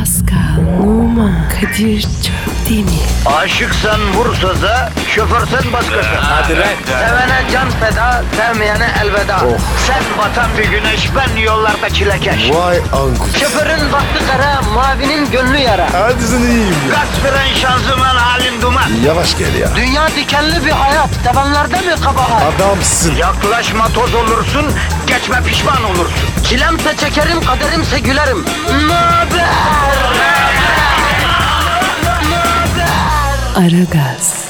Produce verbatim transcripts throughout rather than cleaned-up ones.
Pascal, Oman, Kadir çok değil mi? Aşıksan vursa da, şoförsen başkasın. Hadi lan. Sevene can feda, sevmeyene elveda. Sen batan bir güneş, ben yollarda çilekeş. Vay anku. Şoförün baktı kara, mavinin gönlü yara. Hadi sen iyiyim ya. Kasperen şanzıman halin duman. Yavaş gel ya. Dünya dikenli bir hayat, sevenlerde mi kabahar? Adamsın. Yaklaşma toz olursun, geçme pişman olursun. Çilemse çekerim, kaderimse gülerim. Möber! Aragaz.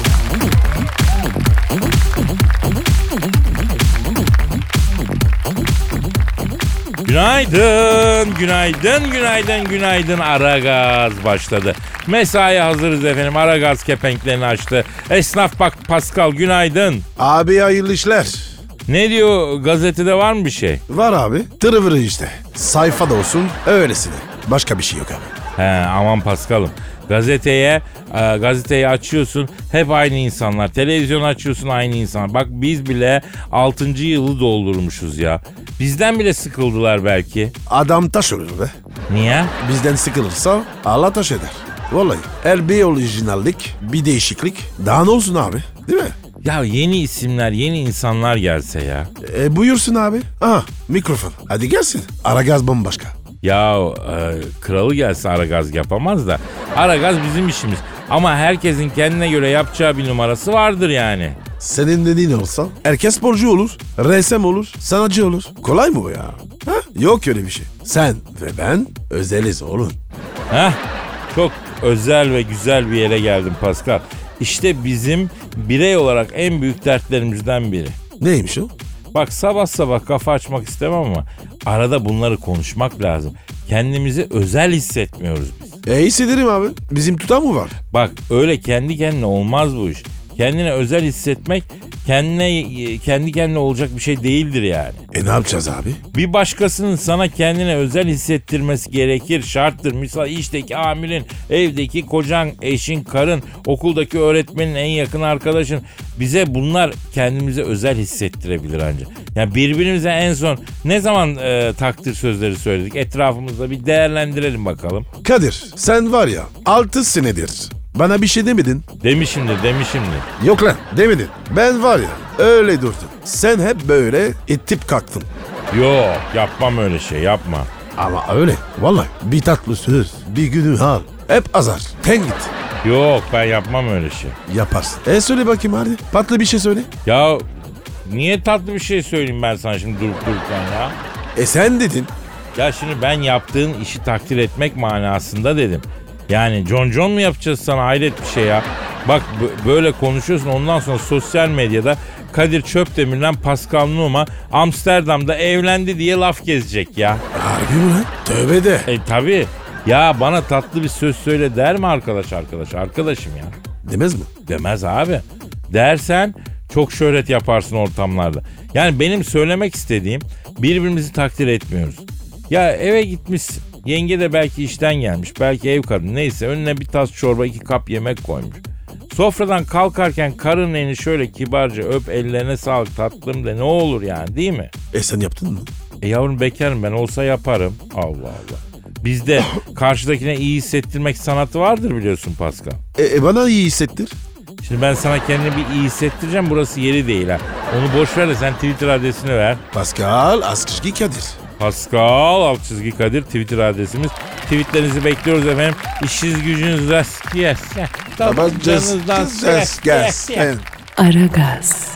Günaydın, günaydın, günaydın, günaydın. Aragaz başladı. Mesai hazırız efendim. Aragaz kepenklerini açtı. Esnaf bak Pascal, günaydın. Abi hayırlı işler. Ne diyor, gazetede var mı bir şey? Var abi. Tırıvırı işte. Sayfada olsun öylesine. Başka bir şey yok abi. He, aman Pascal'ım. Gazeteye, e, gazeteyi açıyorsun, hep aynı insanlar. Televizyon açıyorsun, aynı insanlar. Bak biz bile altıncı yılı doldurmuşuz ya. Bizden bile sıkıldılar belki. Adam taş olur be. Niye? Bizden sıkılırsa Allah taş eder. Vallahi her bir orijinallik, bir değişiklik daha ne olsun abi, değil mi? Ya yeni isimler, yeni insanlar gelse ya. E buyursun abi. Aha mikrofon. Hadi gelsin. Aragaz bambaşka. Ya e, kralı gelse Aragaz yapamaz da. Aragaz bizim işimiz. Ama herkesin kendine göre yapacağı bir numarası vardır yani. Senin dediğin olsa herkes sporcu olur, ressam olur, sanatçı olur. Kolay mı bu ya? Ha? Yok öyle bir şey. Sen ve ben özeliz oğlum. Heh, çok özel ve güzel bir yere geldim Pascal. İşte bizim birey olarak en büyük dertlerimizden biri. Neymiş o? Bak sabah sabah kafa açmak istemem ama arada bunları konuşmak lazım. Kendimizi özel hissetmiyoruz biz. E hissederim abi. Bizim tutan mı var? Bak öyle kendi kendine olmaz bu iş. Kendine özel hissetmek kendine kendi kendine olacak bir şey değildir yani. E ne yapacağız abi? Bir başkasının sana kendine özel hissettirmesi gerekir, şarttır. Misal işteki amirin, evdeki kocan, eşin, karın, okuldaki öğretmenin, en yakın arkadaşın. Bize bunlar kendimize özel hissettirebilir ancak. Yani birbirimize en son ne zaman e, takdir sözleri söyledik? Etrafımızda bir değerlendirelim bakalım. Kadir sen var ya altı senedir bana bir şey demedin. Demişimdir, demişimdir. Yok lan demedin. Ben var ya öyle durdum. Sen hep böyle itip kalktın. Yok, yapmam öyle şey, yapma. Ama öyle vallahi bir tatlı söz, bir günü hal. Hep azar. Ten git. Yok, ben yapmam öyle şey. Yaparsın. E söyle bakayım hadi. Patlı bir şey söyle. Ya niye tatlı bir şey söyleyeyim ben sana şimdi durup dururken ya? E sen dedin. Ya şimdi ben yaptığın işi takdir etmek manasında dedim. Yani John John mu yapacağız sana, hayret bir şey ya. Bak b- böyle konuşuyorsun, ondan sonra sosyal medyada Kadir Çöpdemir'le Pascal Numa Amsterdam'da evlendi diye laf gezecek ya. Harbi mi lan? Tövbe de. E tabi. Ya bana tatlı bir söz söyle der mi arkadaş arkadaş? Arkadaşım ya. Demez mi? Demez abi. Dersen çok şöhret yaparsın ortamlarda. Yani benim söylemek istediğim, birbirimizi takdir etmiyoruz. Ya eve gitmişsin. Yenge de belki işten gelmiş. Belki ev kadını. Neyse önüne bir tas çorba, iki kap yemek koymuş. Sofradan kalkarken karının elini şöyle kibarca öp, ellerine sağlık tatlım de, ne olur yani, değil mi? E sen yaptın mı? E yavrum bekarım ben, olsa yaparım. Allah Allah. Bizde karşıdakine iyi hissettirmek sanatı vardır biliyorsun Pascal. E, e bana iyi hissettir. Şimdi ben sana kendini bir iyi hissettireceğim, burası yeri değil ha. Onu boş ver de sen Twitter adresini ver. Pascal Askışki Kadir. Pascal alt çizgi Kadir Twitter adresimiz. Tweetlerinizi bekliyoruz efendim. İşiniz gücünüz rast gelsin. Tabancanızdan ses gelsin. Aragaz.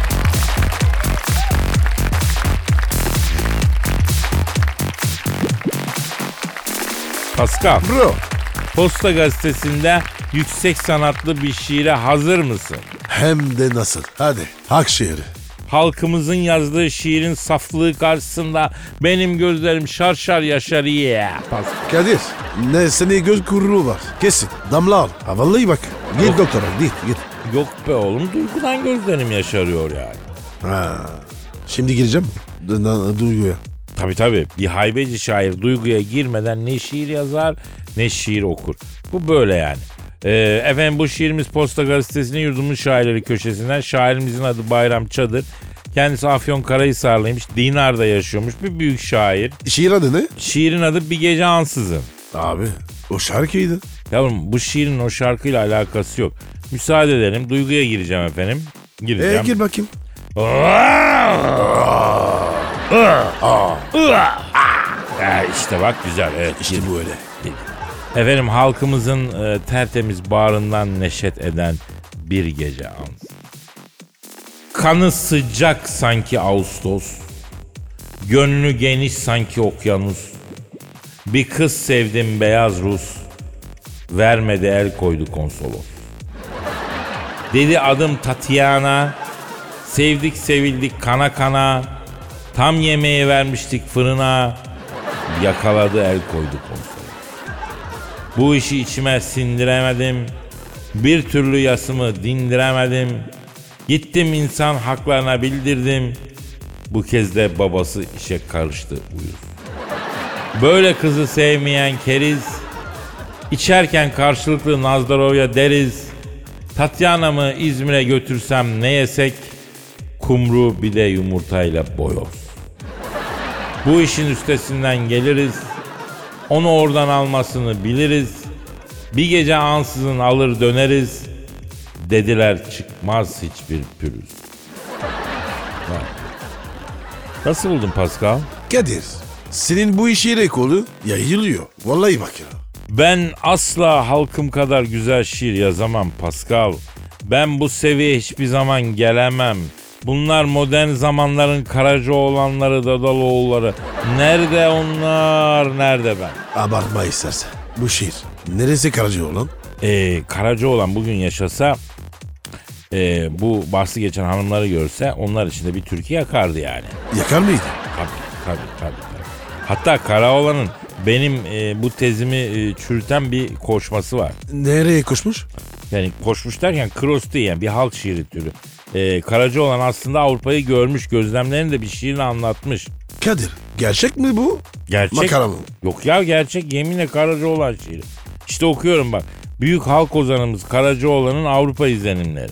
Pascal, Bro. Posta Gazetesi'nde yüksek sanatlı bir şiire hazır mısın? Hem de nasıl? Hadi. Hak şiiri. Halkımızın yazdığı şiirin saflığı karşısında benim gözlerim şarşar yaşar ya. Pascal. Kadir. Ne seni göz kuruluğu var. Kesin. Damla al. Ha vallahi bak. Git Yok. doktora. Git git. Yok be oğlum, duygudan gözlerim yaşarıyor yani. Ha. Şimdi gireceğim. Du- du- Duyguya. Tabii tabii. Bir haybeci şair duyguya girmeden ne şiir yazar ne şiir okur. Bu böyle yani. Ee, efendim bu şiirimiz Posta Gazetesi'nin yurdumun şairleri köşesinden. Şairimizin adı Bayram Çadır. Kendisi Afyonkarahisarlıymış. Dinar'da yaşıyormuş. Bir büyük şair. Şiir adı ne? Şiirin adı Bir Gece Ansızın. Abi o şarkıydı. Yavrum bu şiirin o şarkıyla alakası yok. Müsaade edelim. Duyguya gireceğim efendim. Gireceğim. E gir bakayım. Ya işte bak güzel. Evet, İşte bu öyle. efendim halkımızın e, tertemiz bağrından neşet eden bir gece ansın. Kanı sıcak sanki Ağustos. Gönlü geniş sanki okyanus. Bir kız sevdim beyaz Rus. Vermedi el koydu konsolos. Dedi adım Tatiana. Sevdik sevildik kana kana. Tam yemeği vermiştik fırına. Yakaladı el koydu konsolos. Bu işi içime sindiremedim. Bir türlü yasımı dindiremedim. Gittim insan haklarına bildirdim. Bu kez de babası işe karıştı uyuz. Böyle kızı sevmeyen keriz. İçerken karşılıklı Nazdarovya deriz. Tatyana'mı İzmir'e götürsem ne yesek? Kumru bir de yumurtayla boyoz. Bu işin üstesinden geliriz. Onu oradan almasını biliriz. Bir gece ansızın alır döneriz. Dediler çıkmaz hiçbir pürüz. Nasıl buldun Pascal? Kadir senin bu işi rekoru yayılıyor. Vallahi bak ya. Ben asla halkım kadar güzel şiir yazamam Pascal. Ben bu seviyeye hiçbir zaman gelemem. Bunlar modern zamanların Karacaoğlanları, Dadaloğulları. Nerede onlar, nerede ben? Abartma istersen. Bu şiir. Neresi Karacaoğlan? Ee, Karacaoğlan bugün yaşasa, e, bu bahsi geçen hanımları görse onlar için de bir türkü yakardı yani. Yakar mıydı? Tabii, tabii, tabii. tabii. Hatta Karaoğlan'ın benim e, bu tezimi e, çürüten bir koşması var. Nereye koşmuş? Yani koşmuş derken cross değil yani bir halk şiiri türü. Ee, Karacaoğlan aslında Avrupa'yı görmüş, gözlemlerini de bir şiirini anlatmış. Kadir gerçek mi bu? Gerçek. Makara mı? Yok ya gerçek, yeminle Karacaoğlan şiiri. İşte okuyorum bak. Büyük halk ozanımız Karacaoğlan'ın Avrupa izlenimleri.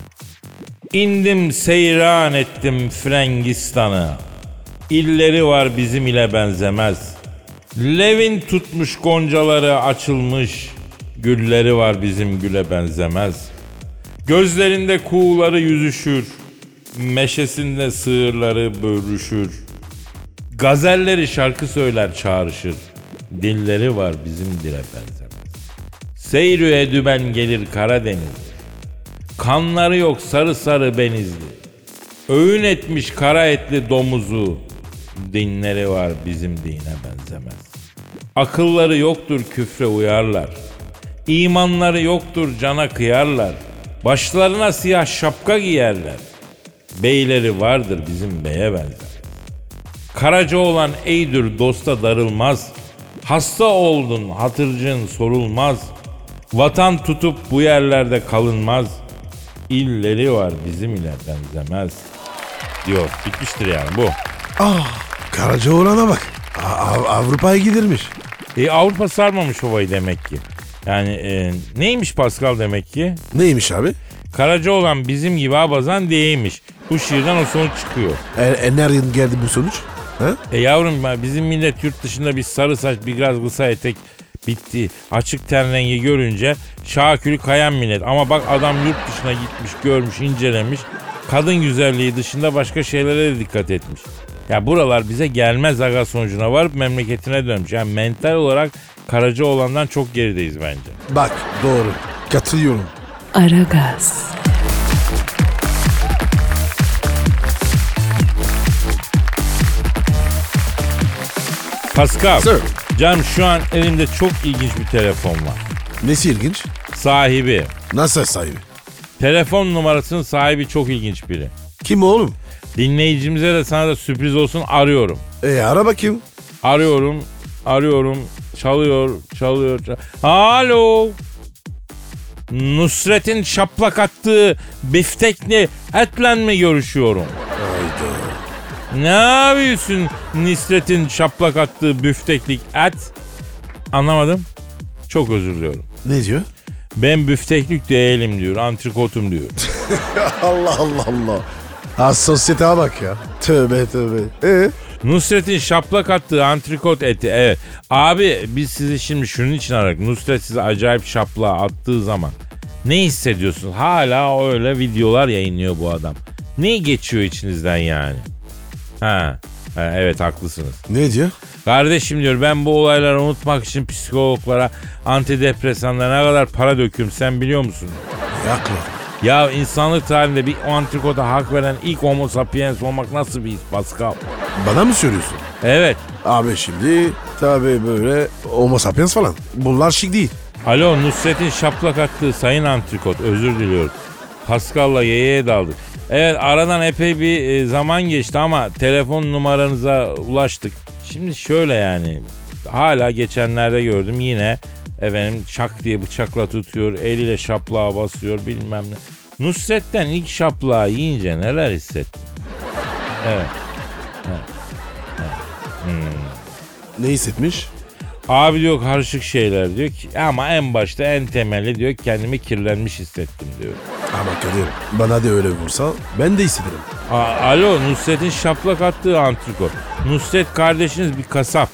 İndim seyran ettim Frangistan'ı. İlleri var bizim ile benzemez. Levin tutmuş goncaları açılmış. Gülleri var bizim güle benzemez. Gözlerinde kuğuları yüzüşür. Meşesinde sığırları bölüşür. Gazelleri şarkı söyler çağrışır. Dilleri var bizim dile benzemez. Seyrü edüben gelir Karadeniz. Kanları yok sarı sarı benizli. Öğün etmiş kara etli domuzu. Dinleri var bizim dine benzemez. Akılları yoktur küfre uyarlar. İmanları yoktur cana kıyarlar. Başlarına siyah şapka giyerler. Beyleri vardır bizim beye benzer. Karacaoğlan eydür dosta darılmaz. Hasta oldun hatırcın sorulmaz. Vatan tutup bu yerlerde kalınmaz. İlleri var bizim ile benzemez. Diyor. Bitmiştir yani bu. Ah Karacaoğlan'a bak. A- Avrupa'ya gidirmiş. E, Avrupa sarmamış ovayı demek ki. Yani e, neymiş Pascal demek ki? Neymiş abi? Karacaoğlan bizim gibi abazan değilmiş. Bu şiirden o sonuç çıkıyor. E, e nereden geldi bu sonuç? Ha? E yavrum bizim millet yurt dışında bir sarı saç bir biraz kısa etek bitti. Açık ten rengi görünce şakülü kayan millet. Ama bak adam yurt dışına gitmiş, görmüş, incelemiş. Kadın güzelliği dışında başka şeylere de dikkat etmiş. Ya buralar bize gelmez aga sonucuna varıp memleketine dönmüş. Yani mental olarak Karacaoğlan'dan çok gerideyiz bence. Bak doğru. Katılıyorum. Aragaz. Pascal. Sir. Canım şu an elimde çok ilginç bir telefon var. Nesi ilginç? Sahibi. Nasıl sahibi? Telefon numarasının sahibi çok ilginç biri. Kim oğlum? Dinleyicimize de sana da sürpriz olsun arıyorum. E ara bakayım. Arıyorum, arıyorum, çalıyor, çalıyor, çalıyor. Alo. Nusret'in şaplak attığı biftekli etle mi görüşüyorum? Hayda. Ne yapıyorsun Nusret'in şaplak attığı büfteklik et? Anlamadım. Çok özür diliyorum. Ne diyor? Ben büfteklik değilim diyor, antrikotum diyor. Allah Allah Allah. Ha sosyete bak ya. Tövbe tövbe. Ee? Nusret'in şaplak attığı antrikot eti. Evet. Abi biz sizi şimdi şunun için aradık. Nusret size acayip şaplağa attığı zaman ne hissediyorsunuz? Hala öyle videolar yayınlıyor bu adam. Ne geçiyor içinizden yani? Ha, ha evet haklısınız. Ne diyor? Kardeşim diyor ben bu olayları unutmak için psikologlara, antidepresanlara ne kadar para döküyorum sen biliyor musun? Haklı. Ya insanlık tarihinde bir antrikota hak veren ilk homo sapiens olmak nasıl bir his Pascal? Bana mı söylüyorsun? Evet. Abi şimdi tabii böyle homo sapiens falan. Bunlar şık değil. Alo Nusret'in şaplak attığı sayın antrikot özür diliyorum. Pascal'la yeyeye daldık. Evet aradan epey bir e, zaman geçti ama telefon numaranıza ulaştık. Şimdi şöyle yani hala geçenlerde gördüm yine efendim çak diye bıçakla tutuyor eliyle şaplağa basıyor bilmem ne. Nusret'ten ilk şaplağı yiyince neler hissettin? Evet. Evet. Evet. Hmm. Ne hissetmiş? Abi diyor karışık şeyler diyor ki ama en başta en temeli diyor kendimi kirlenmiş hissettim diyor. Ama Kadir bana da öyle vursa ben de hissederim. A- Alo Nusret'in şaplak attığı antrikot. Nusret kardeşiniz bir kasap.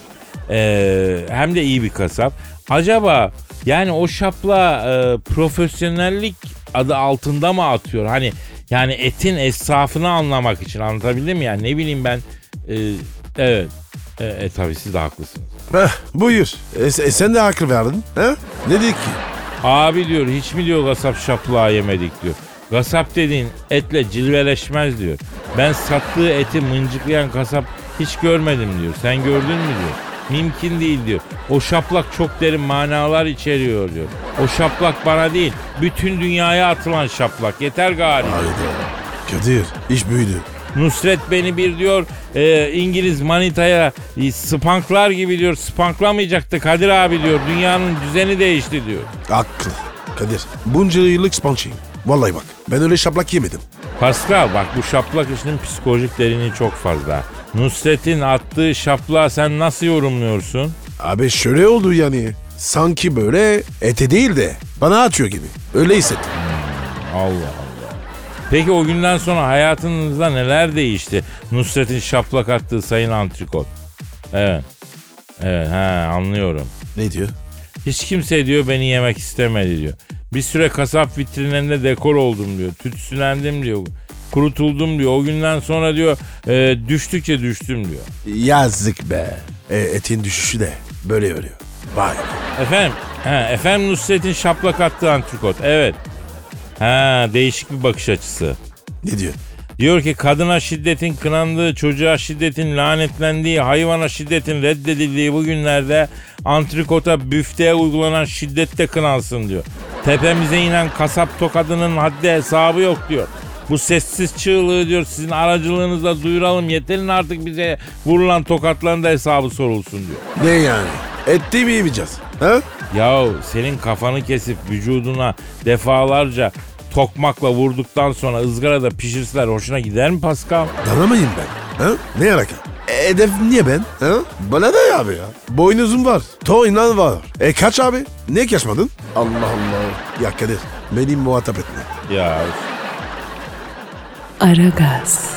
Ee, hem de iyi bir kasap. Acaba yani o şapla e, profesyonellik adı altında mı atıyor? Hani yani etin esrafını anlamak için anlatabildim mi? Yani ne bileyim ben e, evet e, e tabii siz de haklısınız. Heh, buyur. E, e, sen de akıl verdin. He? Ne dedik ki? Abi diyor hiç mi diyor kasap şaplağı yemedik diyor. Kasap dediğin etle cilveleşmez diyor. Ben sattığı eti mıncıklayan kasap hiç görmedim diyor. Sen gördün mü diyor. Mümkün değil diyor. O şaplak çok derin manalar içeriyor diyor. O şaplak bana değil bütün dünyaya atılan şaplak. Yeter gari. Hayda. Kadir iş büyüdü. Nusret beni bir diyor e, İngiliz manitaya e, spanklar gibi diyor spanklamayacaktı Kadir abi diyor. Dünyanın düzeni değişti diyor. Haklı. Kadir bunca yıllık sponçiyim. Vallahi bak ben öyle şaplak yemedim. Pascal bak bu şaplak işinin psikolojik derinliği çok fazla. Nusret'in attığı şaplağı sen nasıl yorumluyorsun? Abi şöyle oldu yani. Sanki böyle ete değil de bana atıyor gibi. Öyle hissettim. Allah Allah. Peki o günden sonra hayatınızda neler değişti? Nusret'in şaplak attığı sayın antrikot. Evet. Evet he anlıyorum. Ne diyor? Hiç kimse diyor beni yemek istemedi diyor. Bir süre kasap vitrinlerinde dekor oldum diyor. Tütsülendim diyor. Kurutuldum diyor. O günden sonra diyor e, düştükçe düştüm diyor. Yazık be. E, etin düşüşü de böyle ölüyor. Vay. Efendim? He, efendim Nusret'in şaplak attığı antrikot. Evet. Ha değişik bir bakış açısı. Ne diyor? Diyor ki kadına şiddetin kınandığı, çocuğa şiddetin lanetlendiği, hayvana şiddetin reddedildiği bu günlerde antrikota, büfteye uygulanan şiddet de kınansın diyor. Tepemize inen kasap tokadının haddi hesabı yok diyor. Bu sessiz çığlığı diyor sizin aracılığınızla duyuralım. Yeterin artık bize vurulan tokatların da hesabı sorulsun diyor. Ne yani? Etti mi yemeyeceğiz? Ha? Yahu senin kafanı kesip vücuduna defalarca tokmakla vurduktan sonra ızgarada pişirseler hoşuna gider mi Pascal? Danamayım ben. Ha? Ne alaka? E, hedef niye ben? Ha? Bana da ya abi ya. Boynuzum var. Toynan var. E kaç abi? Ne kaçmadın? Allah Allah. Ya Kadir benim muhatap etme. Ya Aragaz.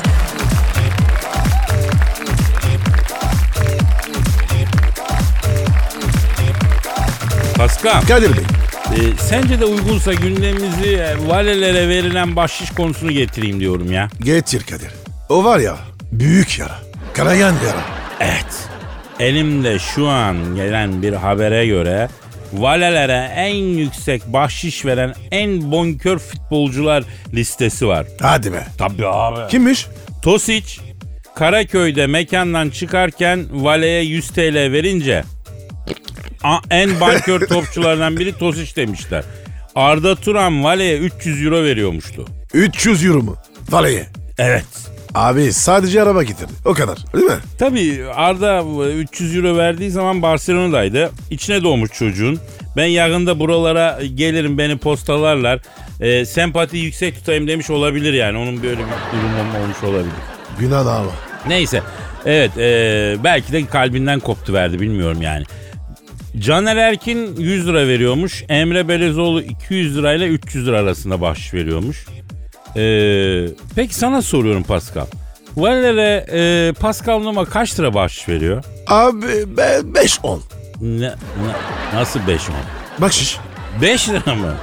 Pascal, Kadir Bey. e, sence de uygunsa gündemimizi e, valelere verilen bahşiş konusunu getireyim diyorum ya. Getir Kadir. O var ya büyük yara. Karayan yara. Evet. Elimde şu an gelen bir habere göre valelere en yüksek bahşiş veren en bonkör futbolcular listesi var. Hadi be. Tabii abi. Kimmiş? Tosic Karaköy'de mekandan çıkarken valeye yüz TL verince a- en bankör topçulardan biri Tosic demişler. Arda Turan valeye üç yüz euro veriyormuştu. üç yüz euro mu? Valeye. Evet. Abi sadece araba getirdi. O kadar değil mi? Tabii Arda üç yüz euro verdiği zaman Barcelona'daydı. İçine doğmuş çocuğun. Ben yakında buralara gelirim beni postalarlar. E, sempati yüksek tutayım demiş olabilir yani. Onun böyle bir durumu olmuş olabilir. Günah dava. Neyse. Evet e, belki de kalbinden koptu verdi bilmiyorum yani. Caner Erkin yüz lira veriyormuş. Emre Belezoğlu iki yüz lirayla üç yüz lira arasında bahşiş veriyormuş. Ee, peki sana soruyorum Pascal. Valilere e, Pascal Numa kaç lira bahşiş veriyor? Abi ben beş on. Ne, ne- nasıl beş on? Bakşiş. beş lira mı?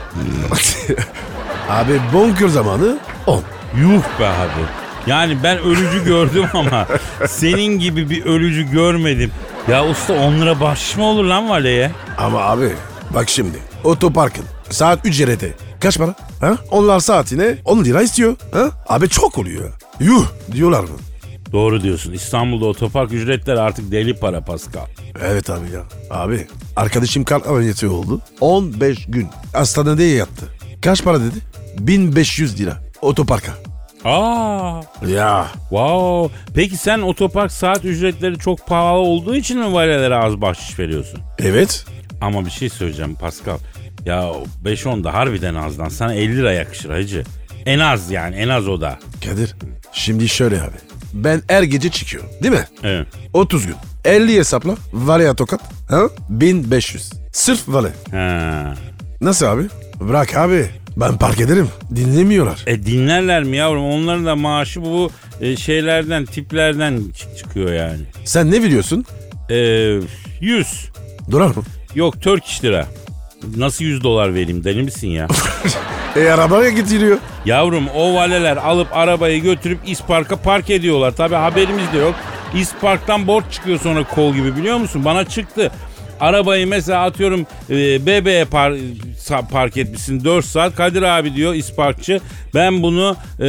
Abi bonkör zamanı on. Yuh be abi. Yani ben ölücü gördüm ama senin gibi bir ölücü görmedim. Ya usta on lira bahşiş mi olur lan valeye? Ama abi bak şimdi otoparkın saat ücreti kaç para? Ha? Onlar saatine on lira istiyor. Ha? Abi çok oluyor. Yuh diyorlar mı? Doğru diyorsun. İstanbul'da otopark ücretleri artık deli para Pascal. Evet abi ya. Abi arkadaşım kalp ameliyatı oldu. on beş gün hastanede yattı. Kaç para dedi? bin beş yüz lira otoparka. Aa, Ya wow. Peki sen otopark saat ücretleri çok pahalı olduğu için mi valilere az bahşiş veriyorsun? evet. Ama bir şey söyleyeceğim Pascal. Ya beş on da harbiden azdan. Sana elli lira yakışır hacı. En az yani en az o da. Kadir şimdi şöyle abi. Ben her gece çıkıyorum değil mi? Evet. otuz gün. elli hesapla. Valeye tokat. Ha? bin beş yüz. Sırf vale. Ha. Nasıl abi? Bırak abi. Ben park ederim. Dinlemiyorlar. E dinlerler mi yavrum? Onların da maaşı bu e, şeylerden, tiplerden çık- çıkıyor yani. Sen ne biliyorsun? E, yüz. Durar mı? Yok Turkish lira. Nasıl yüz dolar vereyim deli misin ya? E arabaya getiriyor. Yavrum o valeler alıp arabayı götürüp İspark'a park ediyorlar. Tabi haberimiz de yok. İspark'tan borç çıkıyor sonra kol gibi biliyor musun? Bana çıktı. Arabayı mesela atıyorum e, B B'ye par, sa- park etmişsin dört saat. Kadir abi diyor İsparkçı. Ben bunu e,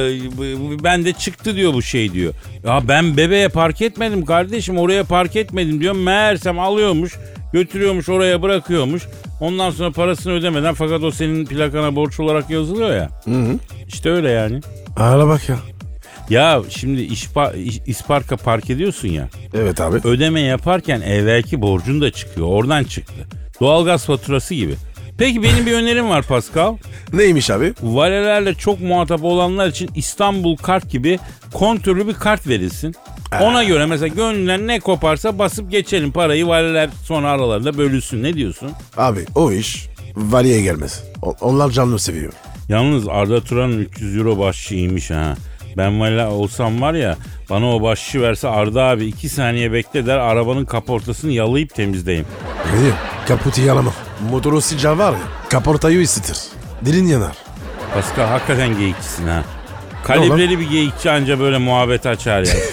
ben de çıktı diyor bu şey diyor. Ya ben B B'ye park etmedim kardeşim oraya park etmedim diyor. Meğersem alıyormuş götürüyormuş oraya bırakıyormuş. Ondan sonra parasını ödemeden fakat o senin plakana borç olarak yazılıyor ya. Hı hı. İşte öyle yani. Ağla bak ya. Ya şimdi İspa, İspark'a park ediyorsun ya. Evet abi. Ödeme yaparken evvelki borcun da çıkıyor. Oradan çıktı. Doğalgaz faturası gibi. Peki benim bir önerim var Pascal. Neymiş abi? Valelerle çok muhatap olanlar için İstanbul kart gibi kontürlü bir kart verilsin. Ona göre mesela gönlünden ne koparsa basıp geçelim parayı valeler sonra aralarında bölüşsün. Ne diyorsun? Abi o iş valeye gelmez. O- onlar canlı seviyor. Yalnız Arda Turan'ın üç yüz euro bahşişi iyiymiş ha. Ben valla olsam var ya bana o bahşişi verse Arda abi iki saniye bekle der arabanın kaportasını yalayıp temizleyeyim. Ne diyor? Kaputu yalama. Motoru sıcağı var ya. Kaportayı ısıtır. Dilin yanar. Pascal hakikaten geyikçisin ha. Kalibreli bir geyikçi anca böyle muhabbet açar ya.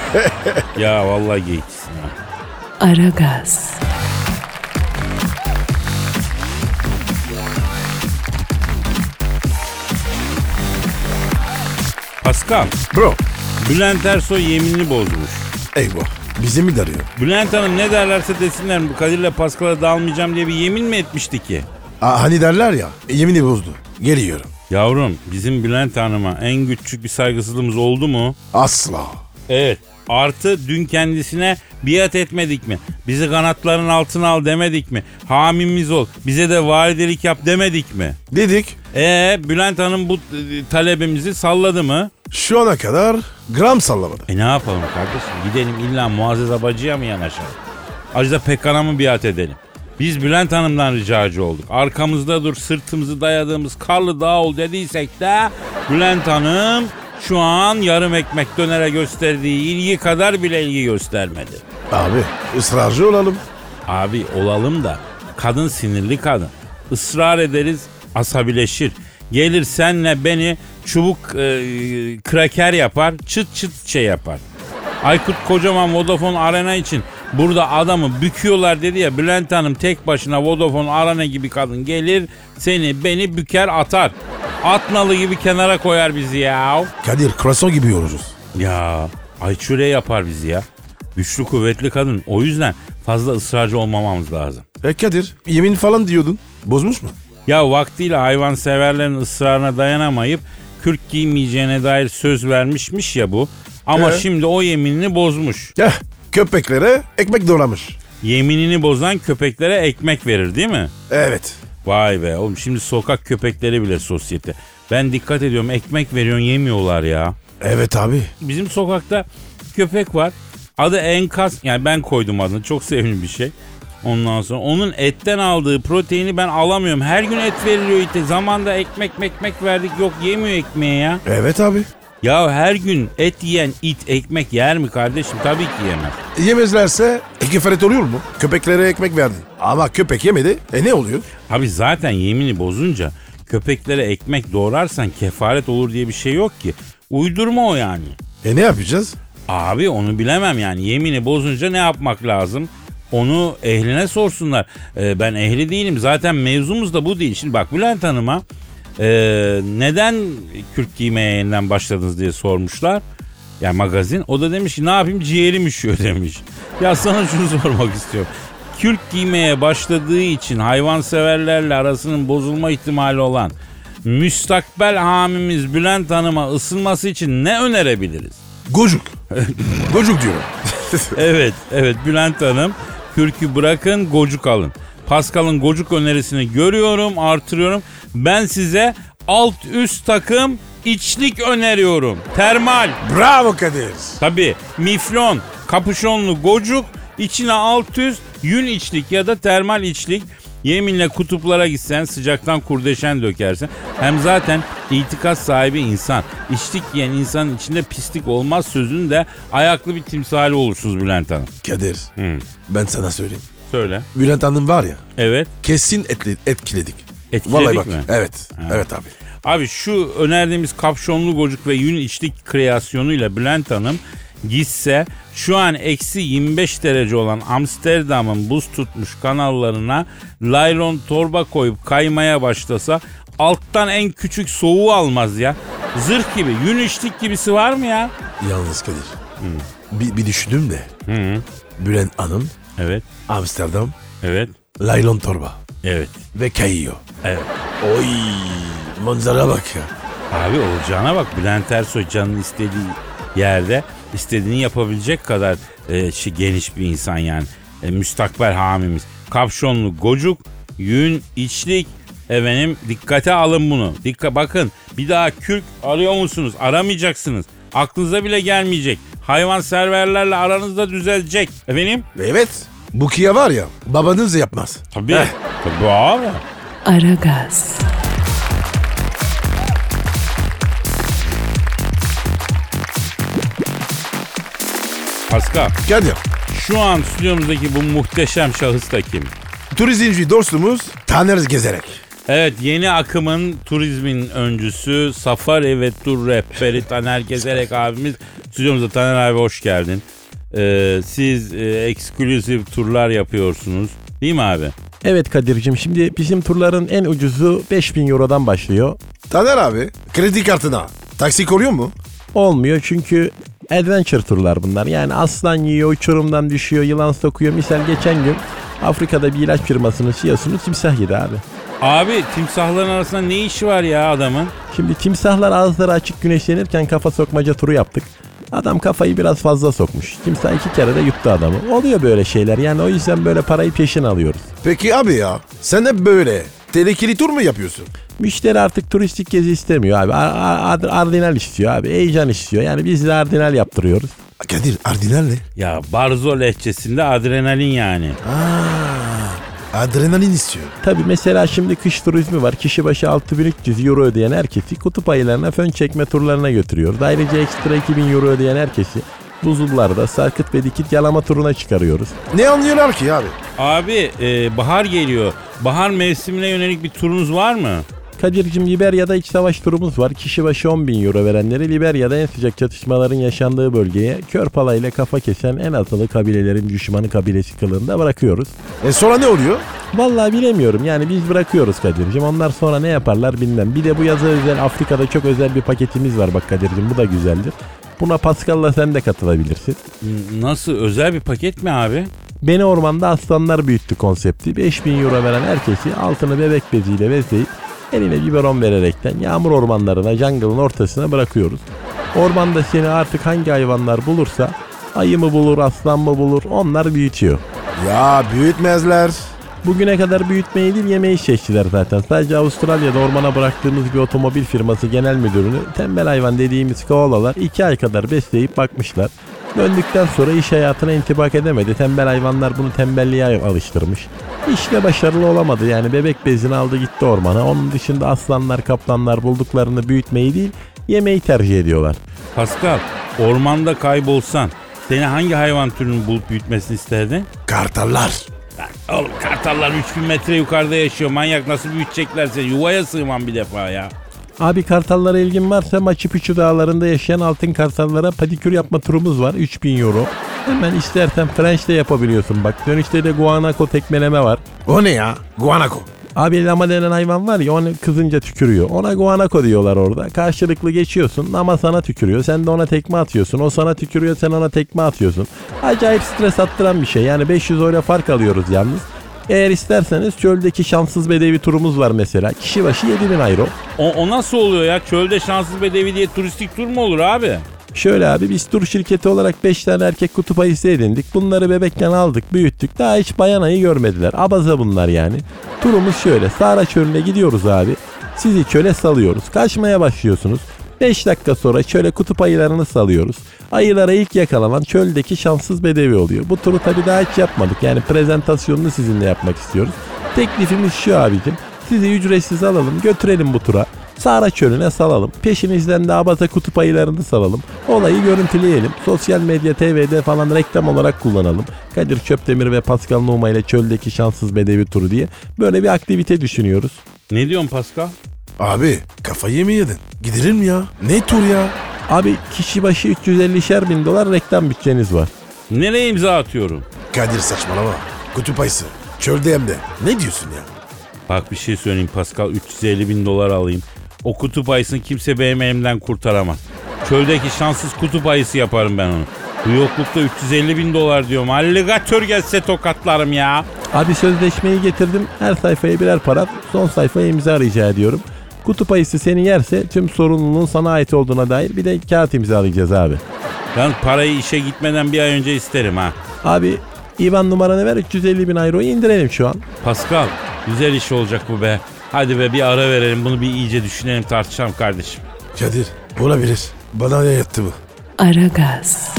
Ya vallahi geyikçisin ha. Aragaz. Pascal, Bro. Bülent Ersoy yeminini bozmuş. Eyvah. Bizi mi darıyor? Bülent Hanım ne derlerse desinler bu Kadir'le Pascal'a dalmayacağım diye bir yemin mi etmişti ki? Aa, hani derler ya. Yemini bozdu. Geliyorum. Yavrum bizim Bülent Hanım'a en küçük bir saygısızlığımız oldu mu? Asla. Evet. Artı dün kendisine biat etmedik mi? Bizi kanatların altına al demedik mi? Hamimiz ol. Bize de validelik yap demedik mi? Dedik. Ee Bülent Hanım bu e, talebimizi salladı mı? Şu ana kadar gram sallamadı. E ne yapalım kardeşim? Gidelim illa Muazzez Abacı'ya mı yanaşalım? Acıda Pekan'a mı biat edelim? Biz Bülent Hanım'dan ricacı olduk. Arkamızda dur sırtımızı dayadığımız karlı dağ ol dediysek de Bülent Hanım şu an yarım ekmek dönere gösterdiği ilgi kadar bile ilgi göstermedi. Abi ısrarcı olalım. Abi olalım da kadın sinirli kadın. Israr ederiz asabileşir. Gelir senle beni çubuk e, kraker yapar çıt çıt şey yapar. Aykut Kocaman Vodafone Arena için burada adamı büküyorlar dedi ya Bülent Hanım tek başına Vodafone Arena gibi kadın gelir seni beni büker atar. Atnalı gibi kenara koyar bizi ya. Kadir croissant gibi yoruruz. Ya Ayçure yapar bizi ya. Güçlü kuvvetli kadın o yüzden fazla ısrarcı olmamamız lazım. E Kadir yemin falan diyordun. Bozmuş mu? Ya vaktiyle hayvanseverlerin ısrarına dayanamayıp kürk giymeyeceğine dair söz vermişmiş ya bu. Ama Ee? şimdi o yeminini bozmuş. Heh, köpeklere ekmek doğramış. Yeminini bozan köpeklere ekmek verir değil mi? Evet. Vay be oğlum şimdi sokak köpekleri bile sosyete. Ben dikkat ediyorum ekmek veriyorsun yemiyorlar ya. Evet abi. Bizim sokakta köpek var. Adı Enkaz. Yani ben koydum adını. Çok sevimli bir şey. Ondan sonra onun etten aldığı proteini ben alamıyorum. Her gün et veriliyor ite. Zamanda ekmek mekmek verdik. Yok yemiyor ekmeği ya. Evet abi. Ya her gün et yiyen it ekmek yer mi kardeşim? Tabii ki yemez. Yemezlerse e, kefaret oluyor mu? Köpeklere ekmek verdin. Ama köpek yemedi. E ne oluyor? Abi zaten yemini bozunca köpeklere ekmek doğrarsan kefaret olur diye bir şey yok ki. Uydurma o yani. E ne yapacağız? Abi onu bilemem yani. Yemini bozunca ne yapmak lazım? Onu ehline sorsunlar. Ee, ben ehli değilim. Zaten mevzumuz da bu değil. Şimdi bak Bülent Hanım'a e, neden kürk giymeye yeniden başladınız diye sormuşlar. Yani magazin. O da demiş ki ne yapayım ciğerim üşüyor demiş. Ya sana şunu sormak istiyorum. Kürk giymeye başladığı için hayvanseverlerle arasının bozulma ihtimali olan müstakbel hamimiz Bülent Hanım'a ısınması için ne önerebiliriz? Gocuk. Gocuk diyorum. Evet, evet Bülent Hanım kürkü bırakın gocuk alın. Pascal'ın gocuk önerisini görüyorum, artırıyorum. Ben size alt üst takım içlik öneriyorum. Termal. Bravo Kadir. Tabii miflon, kapüşonlu gocuk, içine alt üst yün içlik ya da termal içlik. Yeminle kutuplara gitsen sıcaktan kurdeşen dökersin. Hem zaten itikat sahibi insan. İçlik yiyen insanın içinde pislik olmaz sözünün de ayaklı bir timsali olursunuz Bülent Hanım. Kadir. Hı. Ben sana söyleyeyim. Söyle. Bülent Hanım var ya. Evet. Kesin etli, etkiledik. Etkiledik Vallahi bak. mi? Evet. Ha. Evet abi. Abi şu önerdiğimiz kapşonlu gocuk ve yün içlik kreasyonuyla Bülent Hanım gitse şu an eksi yirmi beş derece olan Amsterdam'ın buz tutmuş kanallarına laylon torba koyup kaymaya başlasa alttan en küçük soğuğu almaz ya. Zırh gibi, yün içlik gibisi var mı ya? Yalnız Kadir. Bir, bir düşündüm de. Hı. Bülent Hanım, Evet, Amsterdam, evet, laylon torba evet, ve kayıyor. evet. Oy, manzara bak ya. Abi olacağına bak, Bülent Ersoy canın istediği yerde istediğini yapabilecek kadar e, şey, geniş bir insan yani. E, müstakbel hamimiz. Kapşonlu gocuk, yün, içlik. Efendim dikkate alın bunu. Dikkat bakın, bir daha kürk arıyor musunuz? Aramayacaksınız. Aklınıza bile gelmeyecek. Hayvanseverlerle aranızda düzelecek. Efendim? Evet. Bu Kia var ya, babanız yapmaz. Tabii. Heh. Tabii abi. Aragaz, Pascal, Kadir, şu an stüdyomuzdaki bu muhteşem şahıs da kim? turizmci dostumuz Taner Gezerek. Evet, yeni akımın turizmin öncüsü, safari ve tur rehberi Taner Gezerek abimiz stüdyomuzda. Taner abi hoş geldin. Ee, siz e, eksklusif turlar yapıyorsunuz değil mi abi? Evet Kadir'cim, şimdi bizim turların en ucuzu beş bin eurodan başlıyor. Taner abi, kredi kartına taksi oluyor mu? Olmuyor çünkü adventure turlar bunlar. Yani aslan yiyor, uçurumdan düşüyor, yılan sokuyor. Misal geçen gün Afrika'da bir ilaç firmasının C E O'sunu timsah yedi abi. Abi timsahların arasında ne işi var ya adamın? Şimdi timsahlar ağızları açık güneşlenirken kafa sokmaca turu yaptık. Adam kafayı biraz fazla sokmuş. Timsah iki kere de yuttu adamı. Oluyor böyle şeyler, yani o yüzden böyle parayı peşin alıyoruz. Peki abi ya, sen hep böyle tehlikeli tur mu yapıyorsun? Müşteri artık turistik gezi istemiyor abi. Ar- ar- Ardinal istiyor abi. Heyecan istiyor. Yani biz de ardinal yaptırıyoruz. Kadir, Ardinal ne? Ya Barzo lehçesinde adrenalin yani. Aa, adrenalin istiyor. Tabii mesela şimdi kış turizmi var. Kişi başı altı bin üç yüz euro ödeyen herkesi kutup ayılarına, fön çekme turlarına götürüyoruz. Ayrıca ekstra iki bin euro ödeyen herkesi buzullarda sarkıt ve dikit yalama turuna çıkarıyoruz. Ne anlıyorlar ki abi? Abi e, bahar geliyor. Bahar mevsimine yönelik bir turunuz var mı? Kadir'cim, Liberya'da iç savaş turumuz var. Kişi başı on bin euro verenleri Liberya'da en sıcak çatışmaların yaşandığı bölgeye kör palayla kafa kesen en azılı kabilelerin düşmanı kabilesi kılığında bırakıyoruz. E sonra ne oluyor? Vallahi bilemiyorum, yani biz bırakıyoruz Kadir'cim. Onlar sonra ne yaparlar bilmem. Bir de bu yaza özel Afrika'da çok özel bir paketimiz var bak Kadir'cim, bu da güzeldir. Buna Pascal'la sen de katılabilirsin. N- Nasıl, özel bir paket mi abi? Beni ormanda aslanlar büyüttü konsepti. beş bin euro veren herkesi altını bebek beziyle bezleyip eline biberon vererekten yağmur ormanlarına, jungle'ın ortasına bırakıyoruz. Ormanda seni artık hangi hayvanlar bulursa, ayı mı bulur, aslan mı bulur, onlar büyütüyor. Ya büyütmezler. Bugüne kadar büyütmeyi değil, yemeği seçtiler zaten. Sadece Avustralya'da ormana bıraktığımız bir otomobil firması genel müdürünü tembel hayvan dediğimiz koalalar iki ay kadar besleyip bakmışlar. Döndükten sonra iş hayatına intibak edemedi. Tembel hayvanlar bunu tembelliğe alıştırmış. İşte başarılı olamadı, yani bebek bezini aldı gitti ormana. Onun dışında aslanlar, kaplanlar bulduklarını büyütmeyi değil, yemeği tercih ediyorlar. Pascal, ormanda kaybolsan seni hangi hayvan türünün bulup büyütmesini isterdin? Kartallar. Lan oğlum, kartallar üç bin metre yukarıda yaşıyor. Manyak, nasıl büyütecekler seni? Yuvaya sığmam bir defa ya. Abi kartallara ilgin varsa Machu Picchu dağlarında yaşayan altın kartallara pedikür yapma turumuz var. üç bin euro. Hemen istersen French de yapabiliyorsun bak. Dönüşte de guanaco tekmeleme var. O ne ya? Guanaco. Abi lama denen hayvan var ya, onu kızınca tükürüyor. Ona guanaco diyorlar orada. Karşılıklı geçiyorsun ama sana tükürüyor. Sen de ona tekme atıyorsun. O sana tükürüyor, sen ona tekme atıyorsun. Acayip stres attıran bir şey. Yani beş yüz euro fark alıyoruz yalnız. Eğer isterseniz çöldeki şanssız bedevi turumuz var mesela. Kişi başı yedi bin euro. O, o nasıl oluyor ya? Çölde şanssız bedevi diye turistik tur mu olur abi? Şöyle abi, biz tur şirketi olarak beş tane erkek kutup ayısı edindik. Bunları bebekken aldık, büyüttük. Daha hiç bayan ayı görmediler. Abaza bunlar yani. Turumuz şöyle. Sahra çölüne gidiyoruz abi. Sizi çöle salıyoruz. Kaçmaya başlıyorsunuz. beş dakika sonra çöle kutup ayılarını salıyoruz. Ayılara ilk yakalanan çöldeki şanssız bedevi oluyor. Bu turu tabii daha hiç yapmadık. Yani prezentasyonunu sizinle yapmak istiyoruz. Teklifimiz şu abicim. Sizi ücretsiz alalım, götürelim bu tura. Sahra çölüne salalım. Peşinizden de abaza kutup ayılarını salalım. Olayı görüntüleyelim. Sosyal medya, T V'de falan reklam olarak kullanalım. Kadir Çöptemir ve Pascal Numa ile çöldeki şanssız bedevi turu diye böyle bir aktivite düşünüyoruz. Ne diyorsun Pascal? Abi kafayı mı yedin? Gidilir mi ya? Ne tur ya? Abi kişi başı üç yüz ellişer bin dolar reklam bütçeniz var. Nereye imza atıyorum? Kadir saçmalama. Kutup ayısı. Çölde hem de. Ne diyorsun ya? Bak bir şey söyleyeyim Pascal, üç yüz elli bin dolar alayım. O kutup ayısını kimse benim elimden kurtaramaz. Çöldeki şanssız kutup ayısı yaparım ben onu. Bu yoklukta üç yüz elli bin dolar diyorum. Alligatör gelse tokatlarım ya. Abi sözleşmeyi getirdim. Her sayfaya birer para, son sayfaya imza rica ediyorum. Kutup ayısı seni yerse tüm sorumluluğun sana ait olduğuna dair bir de kağıt imzalayacağız abi. Ben parayı işe gitmeden bir ay önce isterim ha. Abi İ B A N numaranı ver, üç yüz elli bin euroyu indirelim şu an. Pascal, güzel iş olacak bu be. Hadi be, bir ara verelim, bunu bir iyice düşünelim, tartışalım kardeşim. Kadir olabilir. Bana ne yattı bu? Aragaz.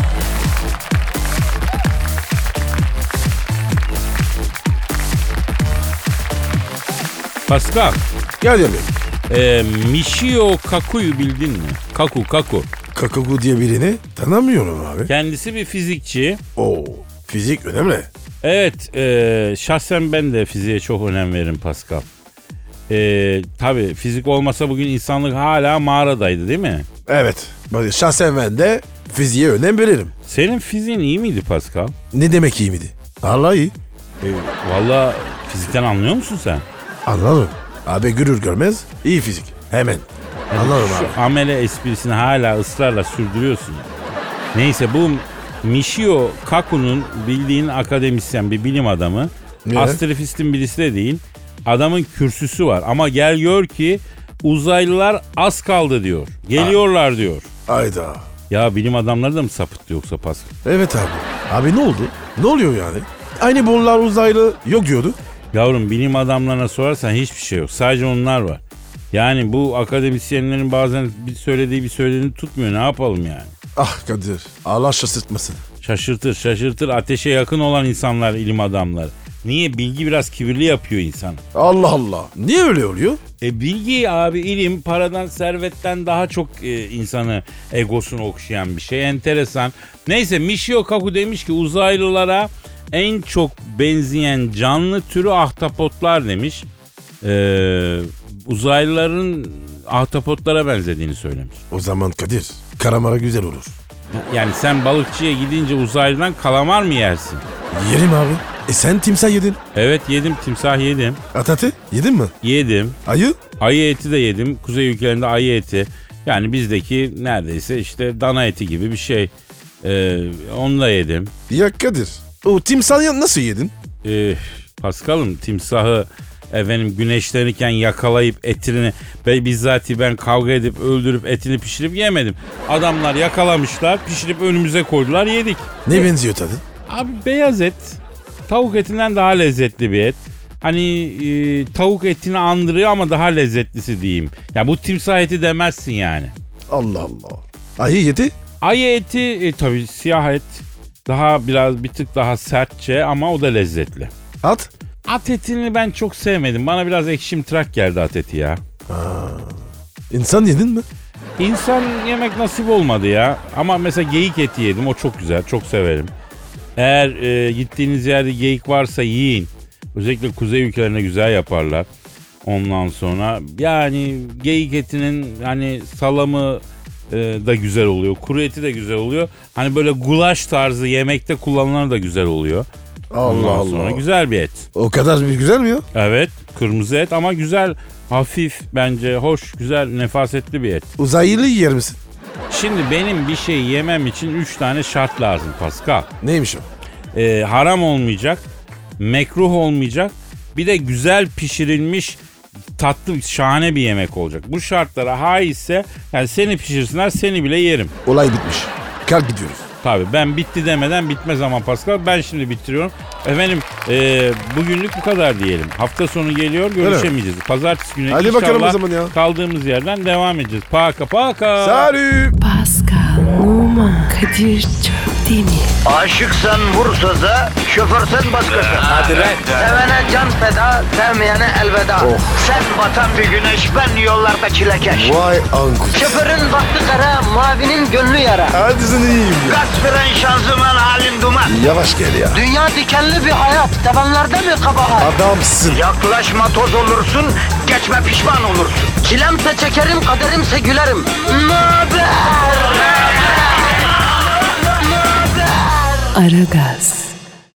Pascal, Gel yemeğim. e, Michio Kaku'yu bildin mi? Kaku, Kaku. Kakaku diye birini tanımıyorum abi. Kendisi bir fizikçi. Oo, fizik önemli. Evet, e, şahsen ben de fiziğe çok önem veririm Pascal. E, tabii fizik olmasa bugün insanlık hala mağaradaydı değil mi? Evet. Bak, şahsen ben de fiziğe önem veririm. Senin fiziğin iyi miydi Pascal? Ne demek iyi miydi? Allah iyi. E, Valla fizikten anlıyor musun sen? Anladım. Abi görür görmez iyi fizik. Hemen. Anladım abi. Şu amele esprisini hala ısrarla sürdürüyorsun ya. Neyse, bu Michio Kaku'nun bildiğin akademisyen, bir bilim adamı. Ne? Astrofistin birisi de değil. Adamın kürsüsü var ama gel gör ki uzaylılar az kaldı diyor. Geliyorlar diyor. Ayda. Ya bilim adamları da mı sapıttı yoksa Pascal? Evet abi. Abi ne oldu? Ne oluyor yani? Aynı bunlar uzaylı yok diyordu. Yavrum, bilim adamlarına sorarsan hiçbir şey yok. Sadece onlar var. Yani bu akademisyenlerin bazen bir söylediği bir söylediğini tutmuyor. Ne yapalım yani? Ah Kadir. Allah şaşırtmasın. Şaşırtır şaşırtır. Ateşe yakın olan insanlar ilim adamları. Niye? Bilgi biraz kibirli yapıyor insan. Allah Allah. Niye öyle oluyor? E bilgi abi, ilim paradan, servetten daha çok e, insanı egosunu okşayan bir şey. Enteresan. Neyse, Michio Kaku demiş ki uzaylılara en çok benzeyen canlı türü ahtapotlar demiş. Ee, uzaylıların ahtapotlara benzediğini söylemiş. O zaman Kadir. Karamara güzel olur. Yani sen balıkçıya gidince uzaylıdan kalamar mı yersin? Yerim abi. E sen timsah yedin. Evet yedim, timsah yedim. Atatı yedin mi? Yedim. Ayı? Ayı eti de yedim. Kuzey ülkelerinde ayı eti. Yani bizdeki neredeyse işte dana eti gibi bir şey. Ee, onu da yedim. Ya Kadir. O timsahı nasıl yedin? Ee, Paskal'ım, timsahı efendim güneşlenirken yakalayıp etini ve bizzati ben kavga edip öldürüp etini pişirip yemedim. Adamlar yakalamışlar, pişirip önümüze koydular, yedik. Ne benziyor tadı? Abi beyaz et. Tavuk etinden daha lezzetli bir et. Hani e, tavuk etini andırıyor ama daha lezzetlisi diyeyim. Ya bu timsah eti demezsin yani. Allah Allah. Ayı yedi? Ayı eti e, tabii siyah et. Daha biraz bir tık daha sertçe ama o da lezzetli. At? At etini ben çok sevmedim. Bana biraz ekşimtırak geldi at eti ya. İnsan yedin mi? İnsan yemek nasip olmadı ya. Ama mesela geyik eti yedim. O çok güzel. Çok severim. Eğer e, gittiğiniz yerde geyik varsa yiyin. Özellikle kuzey ülkelerinde güzel yaparlar. Ondan sonra yani geyik etinin hani salamı e, da güzel oluyor. Kuru eti de güzel oluyor. Hani böyle gulaş tarzı yemekte kullanılan da güzel oluyor. Ondan Allah sonra Allah. güzel bir et. O kadar bir güzel mi ya? Evet, kırmızı et ama güzel, hafif bence hoş, güzel, nefasetli bir et. Uzaylı yer misin? Şimdi benim bir şey yemem için üç tane şart lazım Pascal. Neymiş o? Ee, haram olmayacak, mekruh olmayacak, bir de güzel pişirilmiş tatlı şahane bir yemek olacak. Bu şartlara haizse yani seni pişirsinler seni bile yerim. Olay bitmiş. Kalk gidiyoruz. Tabii ben bitti demeden bitmez ama Pascal. Ben şimdi bitiriyorum. Efendim e, bugünlük bu kadar diyelim. Hafta sonu geliyor görüşemeyeceğiz. Pazartesi günü Hadi inşallah bakalım o zaman ya. kaldığımız yerden devam edeceğiz. Paka paka. Salut. Pascal, Oman, Kadir çok değil mi? Aşıksan vursa da, şoförsen başkasın. Hadi lan. Sevene can feda, sevmeyene elveda. Sen batan bir güneş, ben yollarda çilekeş. Vay anku. Şoförün baktı kara, mavinin gönlü yara. Hadi sen iyiyim ya. Kasperen şanzıman halin duman. Yavaş gel ya. Dünya dikenli bir hayat, sevenlerde mi kabahar? Adamsın. Yaklaşma toz olursun, geçme pişman olursun. Çilemse çekerim, kaderimse gülerim. Möber! Aragaz.